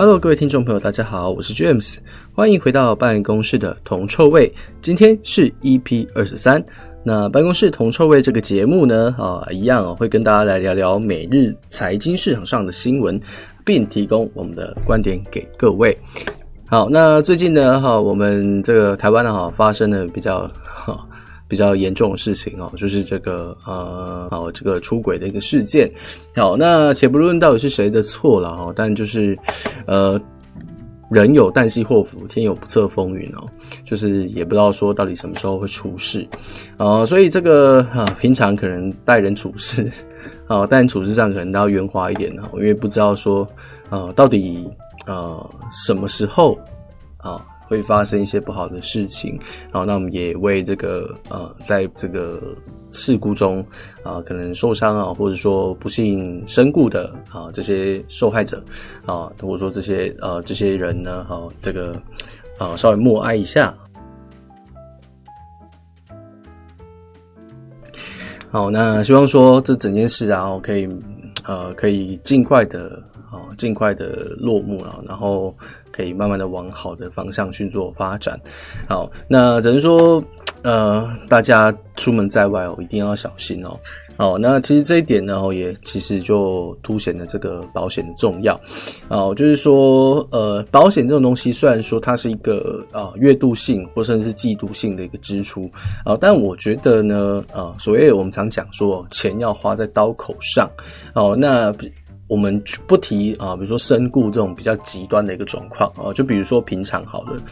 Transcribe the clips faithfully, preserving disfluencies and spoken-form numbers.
Hello， 各位听众朋友，大家好，我是 James， 欢迎回到办公室的铜臭味。今天是 E P 二十三，那办公室铜臭味这个节目呢，啊，一样哦，会跟大家来聊聊每日财经市场上的新闻，并提供我们的观点给各位。好，那最近呢，哈，我们这个台湾呢，哈，发生了比较哈。比较严重的事情哦，就是这个呃，好这个出轨的一个事件。好，那且不论到底是谁的错了哈，但就是呃，人有旦夕祸福，天有不测风云哦，就是也不知道说到底什么时候会出事啊、呃，所以这个啊，平常可能待人处事啊，待人处事上可能都要圆滑一点哦，因为不知道说呃，到底呃什么时候啊。会发生一些不好的事情，好，那我们也为这个呃，在这个事故中啊、呃，可能受伤啊，或者说不幸身故的啊这些受害者啊，或者说这些呃这些人呢，好、啊，这个啊稍微默哀一下。好，那希望说这整件事啊，可以呃可以尽快的啊尽快的落幕了，然后。可以慢慢的往好的方向去做发展。好，那只能说，呃，大家出门在外哦，一定要小心哦。好，那其实这一点呢，也其实就凸显了这个保险的重要。哦，就是说，呃，保险这种东西，虽然说它是一个啊、呃、月度性或甚至是季度性的一个支出啊、呃，但我觉得呢，啊、呃，所谓我们常讲说，钱要花在刀口上。哦，那。我们不提啊，比如说身故这种比较极端的一个状况啊，就比如说平常好了，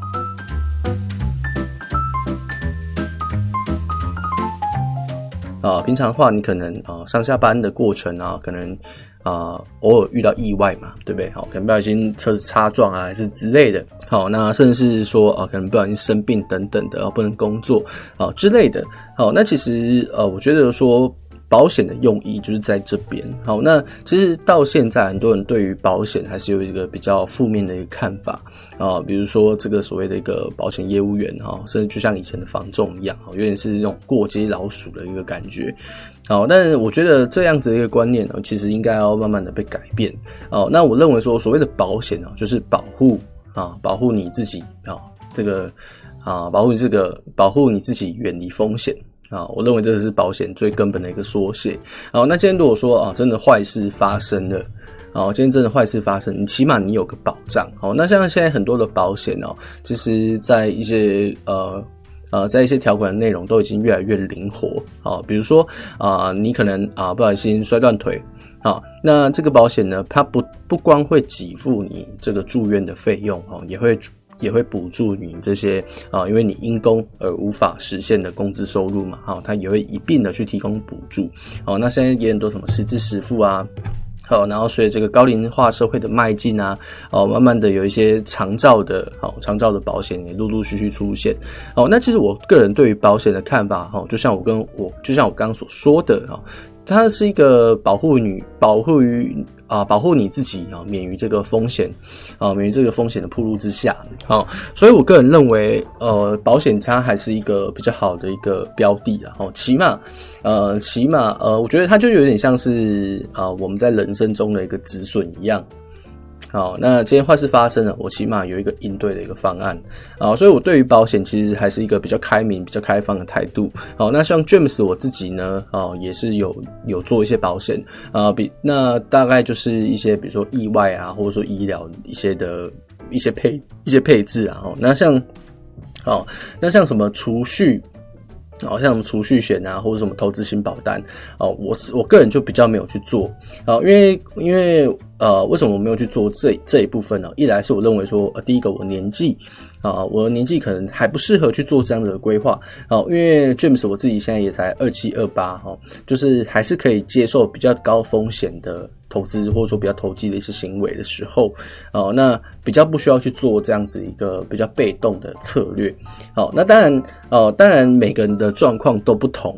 啊，平常的话你可能啊上下班的过程啊，可能啊偶尔遇到意外嘛，对不对？好，可能不小心车子擦撞啊，还是之类的。好，那甚至是说啊，可能不小心生病等等的，啊，不能工作啊之类的。好，那其实呃，我觉得说。保险的用意就是在这边。好，那其实到现在很多人对于保险还是有一个比较负面的一个看法啊，比如说这个所谓的一个保险业务员哈，甚至就像以前的房仲一样，有点是那种过街老鼠的一个感觉。好，但是我觉得这样子的一个观念呢，其实应该要慢慢的被改变。哦，那我认为说所谓的保险呢，就是保护啊，保护你自己啊，这个啊，保护这个保护你自己远离风险。啊，我认为这个是保险最根本的一个缩写。好，那今天如果说啊，真的坏事发生了，啊，今天真的坏事发生，你起码你有个保障。好，那像现在很多的保险哦，其实在一些呃呃，在一些条款的内容都已经越来越灵活。好，比如说啊，你可能啊不小心摔断腿。好，那这个保险呢，它不不光会给付你这个住院的费用哦，也会。也会补助你这些啊，因为你因公而无法实现的工资收入嘛，好，它也会一并的去提供补助。好，那现在也很多什么实支实付啊，好，然后随着这个高龄化社会的迈进啊，哦，慢慢的有一些长照的，好，长照的保险也陆陆续续出现。好，那其实我个人对于保险的看法，哈，就像我跟我，就像我刚刚所说的，哈。它是一个保护你、保护于啊、呃，保护你自己啊，免于这个风险啊，免于这个风险的暴露之下啊。所以我个人认为，呃，保险它还是一个比较好的一个标的啊。哦，起码，呃，起码呃，我觉得它就有点像是啊、呃，我们在人生中的一个止损一样。好，那今天坏事发生了，我起码有一个应对的一个方案啊，所以我对于保险其实还是一个比较开明、比较开放的态度。好，那像 James 我自己呢，啊，也是有有做一些保险啊，比那大概就是一些比如说意外啊，或者说医疗一些的一些配一些配置啊，那像好，那像什么储蓄。好像什么储蓄险啊，或者什么投资型保单，哦，我是我个人就比较没有去做，啊，因为因为呃，为什么我没有去做这这一部分呢？一来是我认为说，呃，第一个我年纪啊，我的年纪可能还不适合去做这样的规划，啊，因为 James 我自己现在也才二七二八哈，就是还是可以接受比较高风险的投资或者说比较投机的一些行为的时候，哦，那比较不需要去做这样子一个比较被动的策略。好，那当然，哦，当然每个人的状况都不同，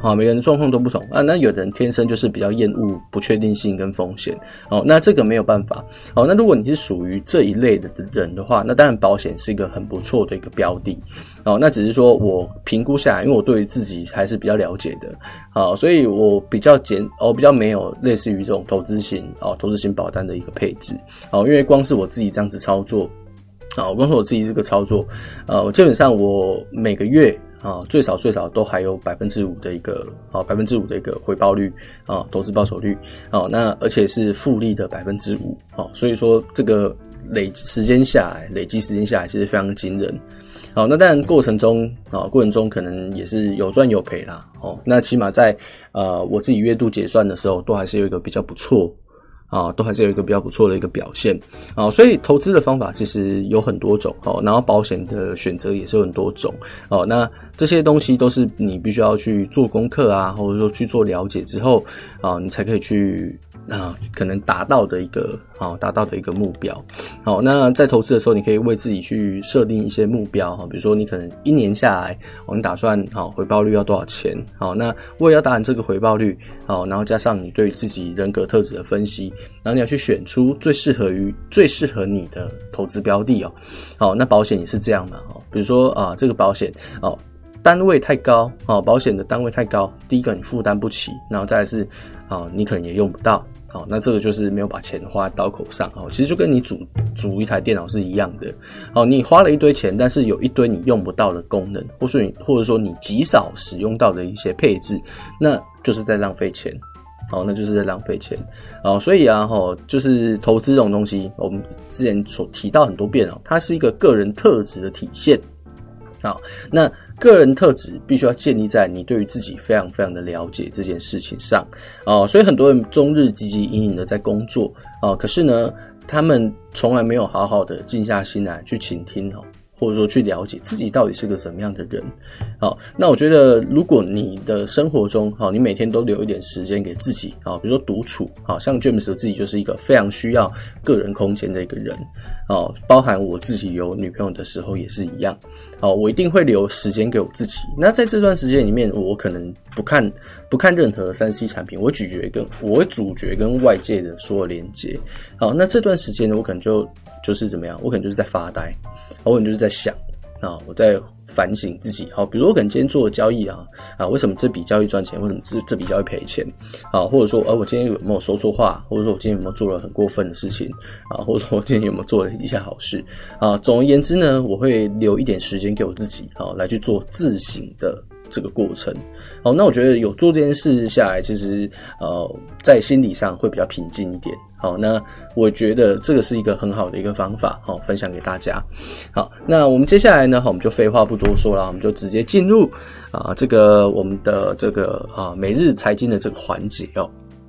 好，每个人的状况都不同啊。那有的人天生就是比较厌恶不确定性跟风险，哦，那这个没有办法。哦，那如果你是属于这一类的人的话，那当然保险是一个很不错的一个标的。哦，那只是说我评估下来，因为我对于自己还是比较了解的，好，所以我比较简，哦，比较没有类似于这种投资型哦，投资型保单的一个配置。哦，因为光是我自己这样子操作，啊，光是我自己这个操作，呃，基本上我每个月啊，最少最少都还有百分之五的一个啊，百分之五的一个回报率啊，投资报酬率啊，那而且是复利的百分之五，哦，所以说这个累时间下来，累积时间下来其实非常惊人。好，那当然过程中啊，过程中可能也是有赚有赔啦。哦，那起码在呃我自己月度结算的时候，都还是有一个比较不错啊，都还是有一个比较不错的一个表现啊。所以投资的方法其实有很多种哦，然后保险的选择也是有很多种哦。那这些东西都是你必须要去做功课啊，或者说去做了解之后啊，你才可以去。啊，可能达到的一个好，达到的一个目标。好，那在投资的时候，你可以为自己去设定一些目标哈，比如说你可能一年下来，哦，你打算好回报率要多少钱？好，那为了要达成这个回报率，好，然后加上你对于自己人格特质的分析，然后你要去选出最适合于最适合你的投资标的哦。好，那保险也是这样嘛，哦，比如说啊，这个保险哦。单位太高，哦，保险的单位太高，第一个你负担不起，然后再来是，哦，你可能也用不到，哦，那这个就是没有把钱花在刀口上，哦，其实就跟你组组一台电脑是一样的，哦，你花了一堆钱，但是有一堆你用不到的功能，或是你或者说你极少使用到的一些配置，那就是在浪费钱。哦，那就是在浪费钱哦，所以啊，齁，就是投资这种东西，我们之前所提到很多遍哦，它是一个个人特质的体现。好，那个人特质必须要建立在你对于自己非常非常的了解这件事情上哦，所以很多人终日汲汲营营的在工作哦，可是呢，他们从来没有好好的静下心来去倾听哦，或者说去了解自己到底是个怎么样的人。好，那我觉得如果你的生活中，好，你每天都留一点时间给自己，好，比如说独处，好，像 James 自己就是一个非常需要个人空间的一个人，好，包含我自己有女朋友的时候也是一样，好，我一定会留时间给我自己。那在这段时间里面，我可能不看不看任何 三 C 产品，我咀嚼跟我会阻绝跟外界的所有连接。好，那这段时间呢，我可能就就是怎么样？我可能就是在发呆，我可能就是在想啊，我在反省自己。好，比如我可能今天做的交易啊，啊，为什么这笔交易赚钱？为什么这这笔交易赔钱？啊，或者说，呃，我今天有没有说错话？或者说我今天有没有做了很过分的事情？啊，或者说我今天有没有做了一些好事？啊，总而言之呢，我会留一点时间给我自己，好，来去做自省的这个过程。好，那我觉得有做这件事下来，其实呃，在心理上会比较平静一点。好，那我觉得这个是一个很好的一个方法，好，分享给大家。好，那我们接下来呢，我们就废话不多说了，我们就直接进入啊这个我们的这个啊每日财经的这个环节哦。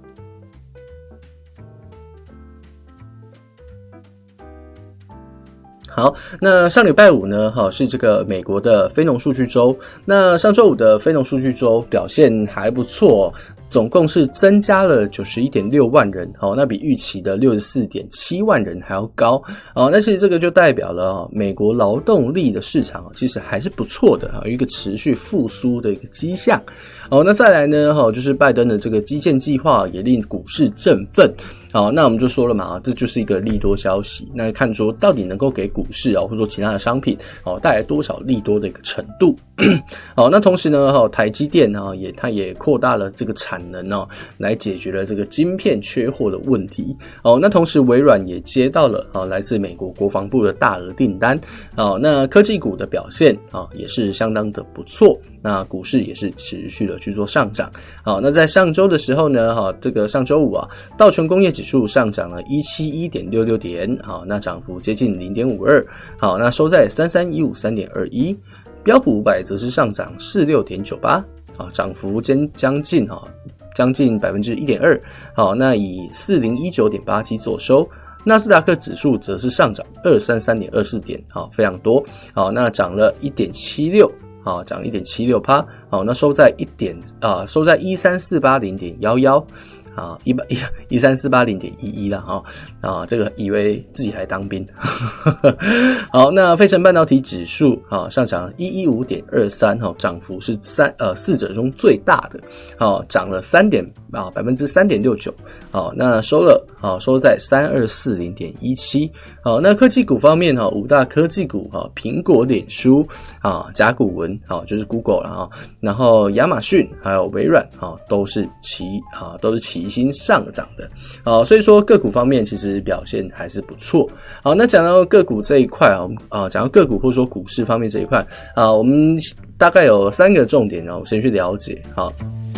好，那上礼拜五呢，哈是这个美国的非农数据周。那上周五的非农数据周表现还不错哦，总共是增加了 九十一点六万人，好，那比预期的 六十四点七万人还要高。哦，那其实这个就代表了哦，美国劳动力的市场其实还是不错的，有一个持续复苏的一个迹象。哦，那再来呢，哈就是拜登的这个基建计划也令股市振奋。好，那我们就说了嘛，这就是一个利多消息。那看说到底能够给股市啊，或者说其他的商品哦带来多少利多的一个程度。好，那同时呢，哈台积电啊也它也扩大了这个产能哦，来解决了这个晶片缺货的问题。哦，那同时微软也接到了啊来自美国国防部的大额订单。哦，那科技股的表现啊也是相当的不错。那股市也是持续的去做上涨。好，那在上周的时候呢，哈，这个上周五啊，道琼工业指数上涨了 一百七十一点六六 点，好，那涨幅接近 零点五二， 好，那收在 三三一五三点二一， 标普五百则是上涨 四十六点九八， 好，涨幅将将近哈将近 百分之一点二， 好，那以 四零一九点八七 做收。纳斯达克指数则是上涨 二三三点二四 点，好，非常多，好，那涨了 一点七六，好，涨 一点七六%， 好，那收在一点啊，收在一三四八零点一一， 啊，一百一一三四八零点一一啦哈啊，这个以为自己还当兵。好，那费城半导体指数啊上涨一一五点二三哈，涨幅是三呃四者中最大的，好、啊、涨了三点啊百分之三点六九，好，那收了啊收在三二四零点一七，好，那科技股方面哈、啊，五大科技股啊，苹果、脸书啊、甲骨文啊就是 Google 了哈，然后亚马逊还有微软啊都是齐啊都是齐。齐心上涨的，好，所以说个股方面其实表现还是不错。好，那讲到个股这一块啊，啊，讲到个股或者说股市方面这一块啊，我们大概有三个重点啊，我先去了解。好，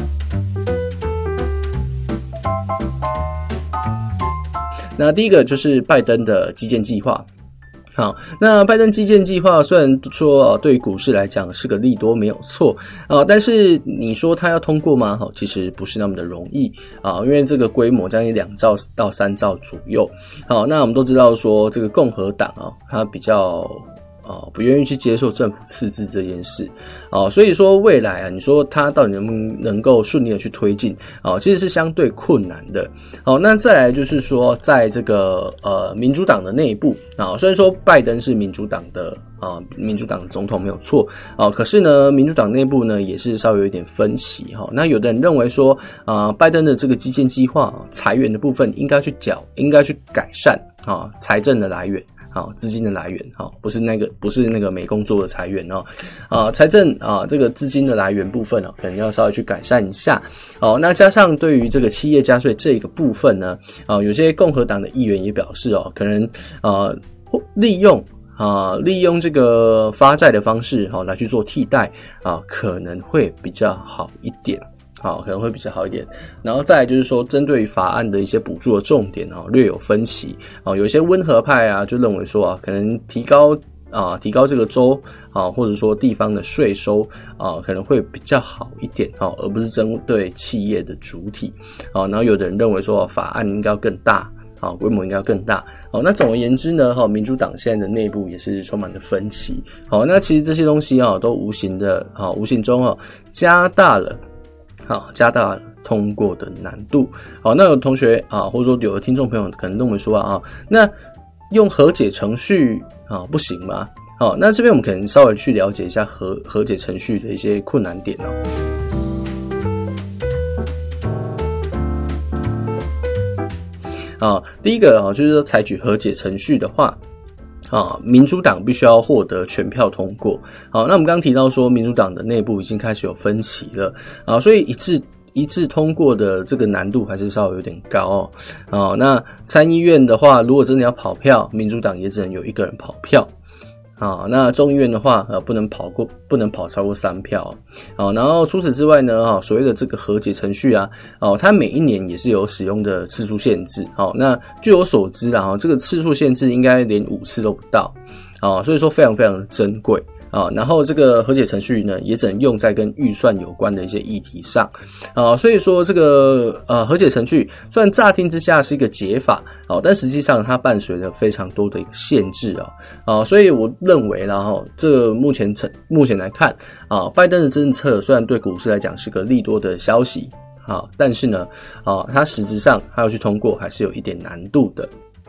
那第一个就是拜登的基建计划。好，那拜登基建计划虽然说对于股市来讲是个利多没有错啊，但是你说它要通过吗？好，其实不是那么的容易啊，因为这个规模将近两兆到三兆左右。好，那我们都知道说这个共和党啊，它比较哦，不愿意去接受政府赤字这件事，哦，所以说未来啊，你说它到底能不能够顺利的去推进，哦，其实是相对困难的。哦，那再来就是说，在这个呃民主党的内部啊，虽然说拜登是民主党的啊，民主党的总统没有错，哦，可是呢，民主党内部呢也是稍微有一点分歧哈。那有的人认为说啊，拜登的这个基建计划裁员的部分应该去缴，应该去改善啊财政的来源。好，资金的来源，好，不是那个不是那个没工作的裁员哦，啊，财政啊这个资金的来源部分哦，可能要稍微去改善一下。好，那加上对于这个企业加税这个部分呢，啊，有些共和党的议员也表示哦，可能啊利用啊利用这个发债的方式，好来去做替代啊，可能会比较好一点。好，可能会比较好一点。然后再来就是说，针对于法案的一些补助的重点啊，略有分歧啊。有一些温和派啊，就认为说啊，可能提高啊，提高这个州啊，或者说地方的税收啊，可能会比较好一点啊，而不是针对企业的主体啊。然后有的人认为说，法案应该要更大。啊，规模应该要更大。好，那总而言之呢，哈，民主党现在的内部也是充满了分歧。好，那其实这些东西啊，都无形的啊，无形中啊，加大了。好，加大通过的难度。好，那有同学啊，或者说有的听众朋友可能跟我们说啊，那用和解程序啊不行吗？好，那这边我们可能稍微去了解一下和和解程序的一些困难点哦。啊，第一个啊，就是说采取和解程序的话。啊，民主党必须要获得全票通过。好，那我们刚刚提到说，民主党的内部已经开始有分歧了啊，所以一致一致通过的这个难度还是稍微有点高哦。啊，那参议院的话，如果真的要跑票，民主党也只能有一个人跑票。啊，那众议院的话，呃，不能跑过，不能跑超过三票。啊，然后除此之外呢，哈，所谓的这个和解程序啊，哦，它每一年也是有使用的次数限制。好，那据我所知啊，哈，这个次数限制应该连五次都不到。啊，所以说非常非常的珍贵。啊，然后这个和解程序呢，也只能用在跟预算有关的一些议题上，啊，所以说这个呃和解程序虽然乍听之下是一个解法，啊，但实际上它伴随着非常多的一个限制啊，啊，所以我认为啦哈，这个目前成目前来看啊，拜登的政策虽然对股市来讲是个利多的消息，啊，但是呢，啊，它实质上它要去通过还是有一点难度的。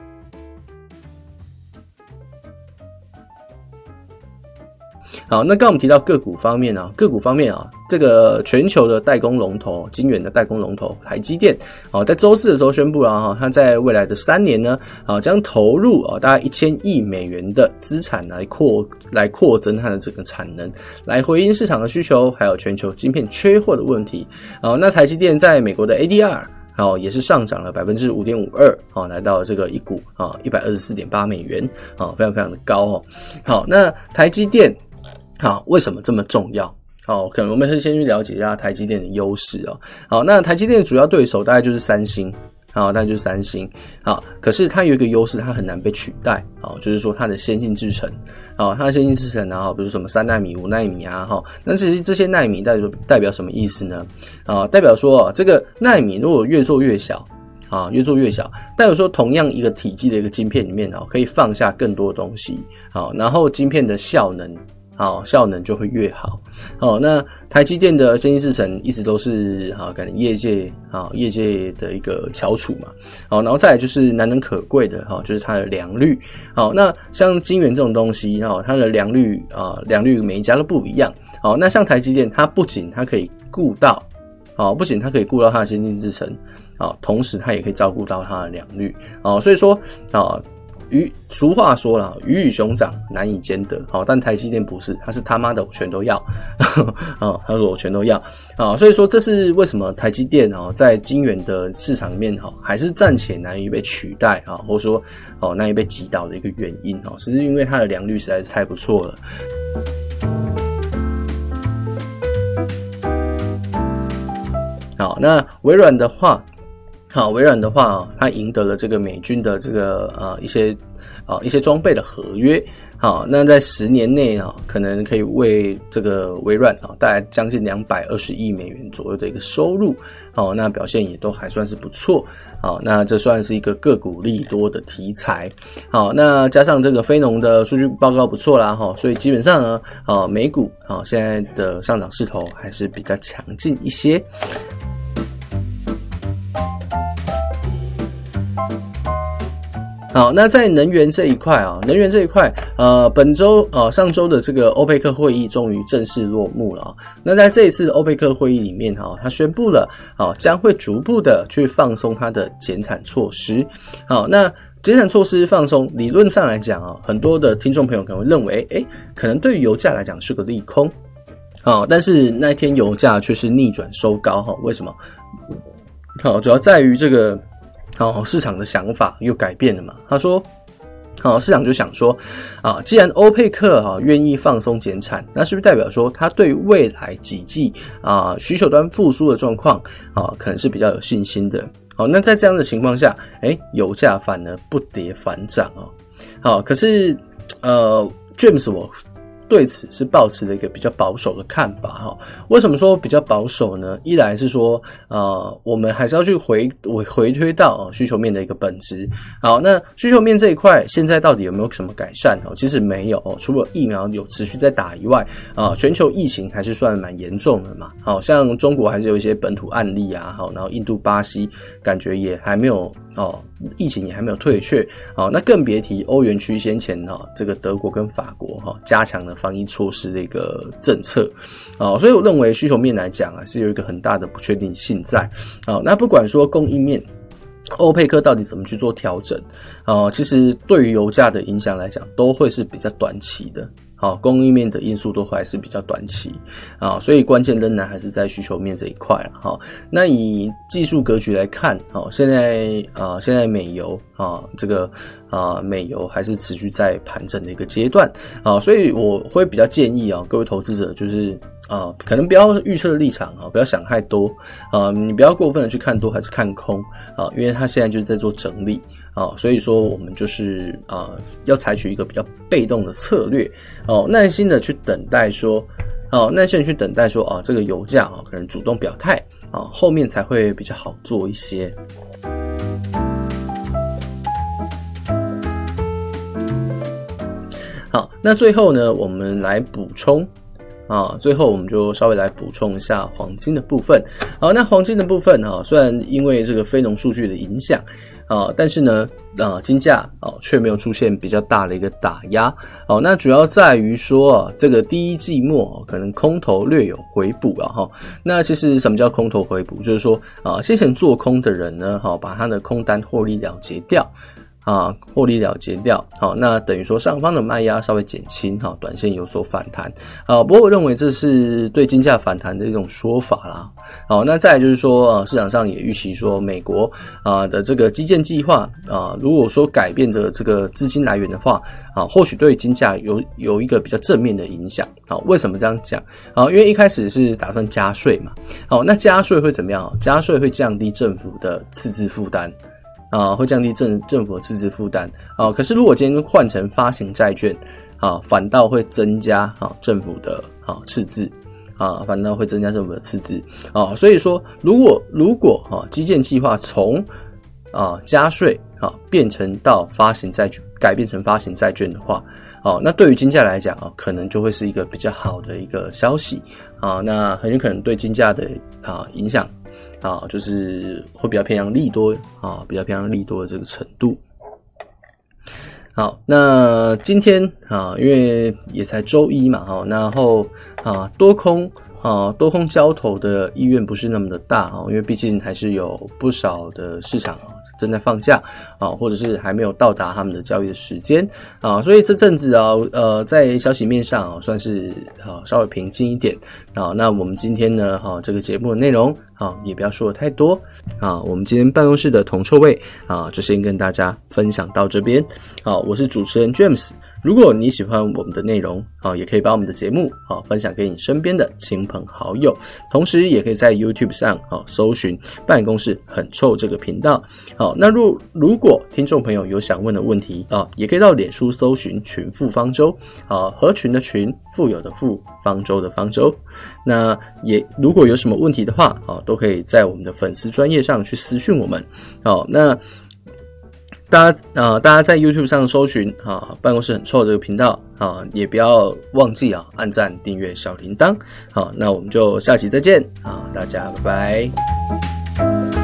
好，那刚刚我们提到个股方面啊，个股方面啊，这个全球的代工龙头，晶圆的代工龙头台积电，啊，在周四的时候宣布了哈，它在未来的三年呢，啊，将投入啊大概一千亿美元的资产来扩来扩增它的这个产能，来回应市场的需求，还有全球晶片缺货的问题。啊，那台积电在美国的 A D R。好，也是上涨了 百分之五点五二， 好，来到这个一股啊 一百二十四点八美元，啊，非常非常的高哦。好，那台积电好为什么这么重要？好，可能我们先去了解一下台积电的优势哦。好，那台积电的主要对手大概就是三星。好，那就是三星。好，可是它有一个优势，它很难被取代。好，就是说它的先进制程。好，它的先进制程啊，比如什么三奈米、五奈米啊，哈，那其实这些奈米代表代表什么意思呢？啊，代表说啊，这个奈米如果越做越小，啊，越做越小，代表说同样一个体积的一个晶片里面啊，可以放下更多的东西。好，然后晶片的效能好，效能就会越好。好，那台积电的先进制程一直都是好，可能业界啊业界的一个翘楚嘛。好，然后再来就是难能可贵的哈，就是它的良率。好，那像晶圆这种东西哈，它的良率啊良率每一家都不一样。好，那像台积电，它不仅它可以顾到，好，不仅它可以顾到它的先进制程，好，同时它也可以照顾到它的良率。好，所以说啊。鱼俗话说啦，鱼与熊掌难以兼得。好，但台积电不是，它是他妈的我全都要。啊，他说我全都要。啊，所以说这是为什么台积电哦，在晶圆的市场里面哈，还是暂且难以被取代啊，或者说哦难以被击倒的一个原因哦，是因为它的良率实在是太不错了。好，那微软的话。好，微软的话，它赢得了这个美军的这个呃一些啊、呃、一些装备的合约。好，那在十年内啊，可能可以为这个微软啊带来将近两百二十亿美元左右的一个收入。好，那表现也都还算是不错。好，那这算是一个个股利多的题材。好，那加上这个非农的数据报告不错啦，哈，所以基本上呢，啊美股啊现在的上涨势头还是比较强劲一些。好，那在能源这一块啊，能源这一块，呃，本周呃上周的这个欧佩克会议终于正式落幕了啊。那在这一次的欧佩克会议里面哈，他宣布了啊，将会逐步的去放松它的减产措施。好，那减产措施放松，理论上来讲啊，很多的听众朋友可能会认为，诶，可能对于油价来讲是个利空。好，但是那一天油价却是逆转收高哈，为什么？好，主要在于这个。好，市场的想法又改变了嘛？他说，好，市场就想说，啊，既然欧佩克啊愿意放松减产，那是不是代表说他对未来几季啊需求端复苏的状况啊可能是比较有信心的？好，那在这样的情况下，哎，油价反而不跌反涨哦。好，可是呃 ，James 我。对此是抱持了一个比较保守的看法哈。为什么说比较保守呢？一来是说，呃，我们还是要去回回推到、哦、需求面的一个本质。好，那需求面这一块现在到底有没有什么改善？哦，其实没有哦，除了疫苗有持续在打以外，啊、呃，全球疫情还是算蛮严重的嘛。好像中国还是有一些本土案例啊，好，然后印度、巴西感觉也还没有哦。疫情也还没有退却，好，那更别提欧元区先前哈这个德国跟法国哈加强了防疫措施的一个政策，啊，所以我认为需求面来讲啊是有一个很大的不确定性在，啊，那不管说供应面，欧佩克到底怎么去做调整，啊，其实对于油价的影响来讲都会是比较短期的。好，供应面的因素都还是比较短期啊，所以关键仍然还是在需求面这一块了哈。那以技术格局来看，好，现在啊，现在美油啊，这个啊，美油还是持续在盘整的一个阶段啊，所以我会比较建议啊，各位投资者就是啊，可能不要预测立场啊，不要想太多啊，你不要过分的去看多还是看空啊，因为它现在就是在做整理啊，所以说我们就是啊，要采取一个比较被动的策略。哦，耐心的去等待说，哦，耐心的去等待说，啊，这个油价啊，可能主动表态啊，后面才会比较好做一些。好，那最后呢，我们来补充啊，最后我们就稍微来补充一下黄金的部分。好，那黄金的部分哈，虽然因为这个非农数据的影响啊，但是呢，呃，金价哦却没有出现比较大的一个打压。哦，那主要在于说啊，这个第一季末可能空头略有回补了哈。那其实什么叫空头回补？就是说啊，先前做空的人呢，哈，把他的空单获利了结掉。啊，获利了结掉，好，那等于说上方的卖压稍微减轻，哈，短线有所反弹，啊，不过我认为这是对金价反弹的一种说法啦，好，那再来就是说，呃，市场上也预期说美国啊的这个基建计划啊，如果说改变的这个资金来源的话，啊，或许对金价有有一个比较正面的影响，好，为什么这样讲？啊，因为一开始是打算加税嘛，好，那加税会怎么样？加税会降低政府的赤字负担。啊，会降低政政府的赤字负担啊。可是如果今天换成发行债券啊，反倒会增加啊政府的啊赤字啊，反倒会增加政府的赤字啊。所以说，如果如果啊基建计划从啊加税啊变成到发行债券，改变成发行债券的话好，那对于金价来讲啊，可能就会是一个比较好的一个消息啊，那很有可能对金价的啊影响啊，就是会比较偏向利多啊，比较偏向利多的这个程度。好，那今天啊，因为也才周一嘛，哈，然后啊多空啊多空交投的意愿不是那么的大啊，因为毕竟还是有不少的市场啊正在放假啊，或者是还没有到达他们的交易的时间啊，所以这阵子啊，呃，在消息面上啊，算是啊稍微平静一点啊。那我们今天呢，哈、啊，这个节目的内容啊，也不要说的太多啊。我们今天办公室的铜臭味啊，就先跟大家分享到这边。好，我是主持人 James。如果你喜欢我们的内容啊，也可以把我们的节目啊分享给你身边的亲朋好友，同时也可以在 YouTube 上啊搜寻办公室很臭这个频道。好，那如如果听众朋友有想问的问题啊，也可以到脸书搜寻群富方舟啊，合群的群，富有的富，方舟的方舟。那也如果有什么问题的话啊，都可以在我们的粉丝专页上去私讯我们。好，那大家呃，大家在 YouTube 上搜寻啊，办公室很臭这个频道啊，也不要忘记啊，按赞、订阅、小铃铛。好，那我们就下期再见啊，大家拜拜。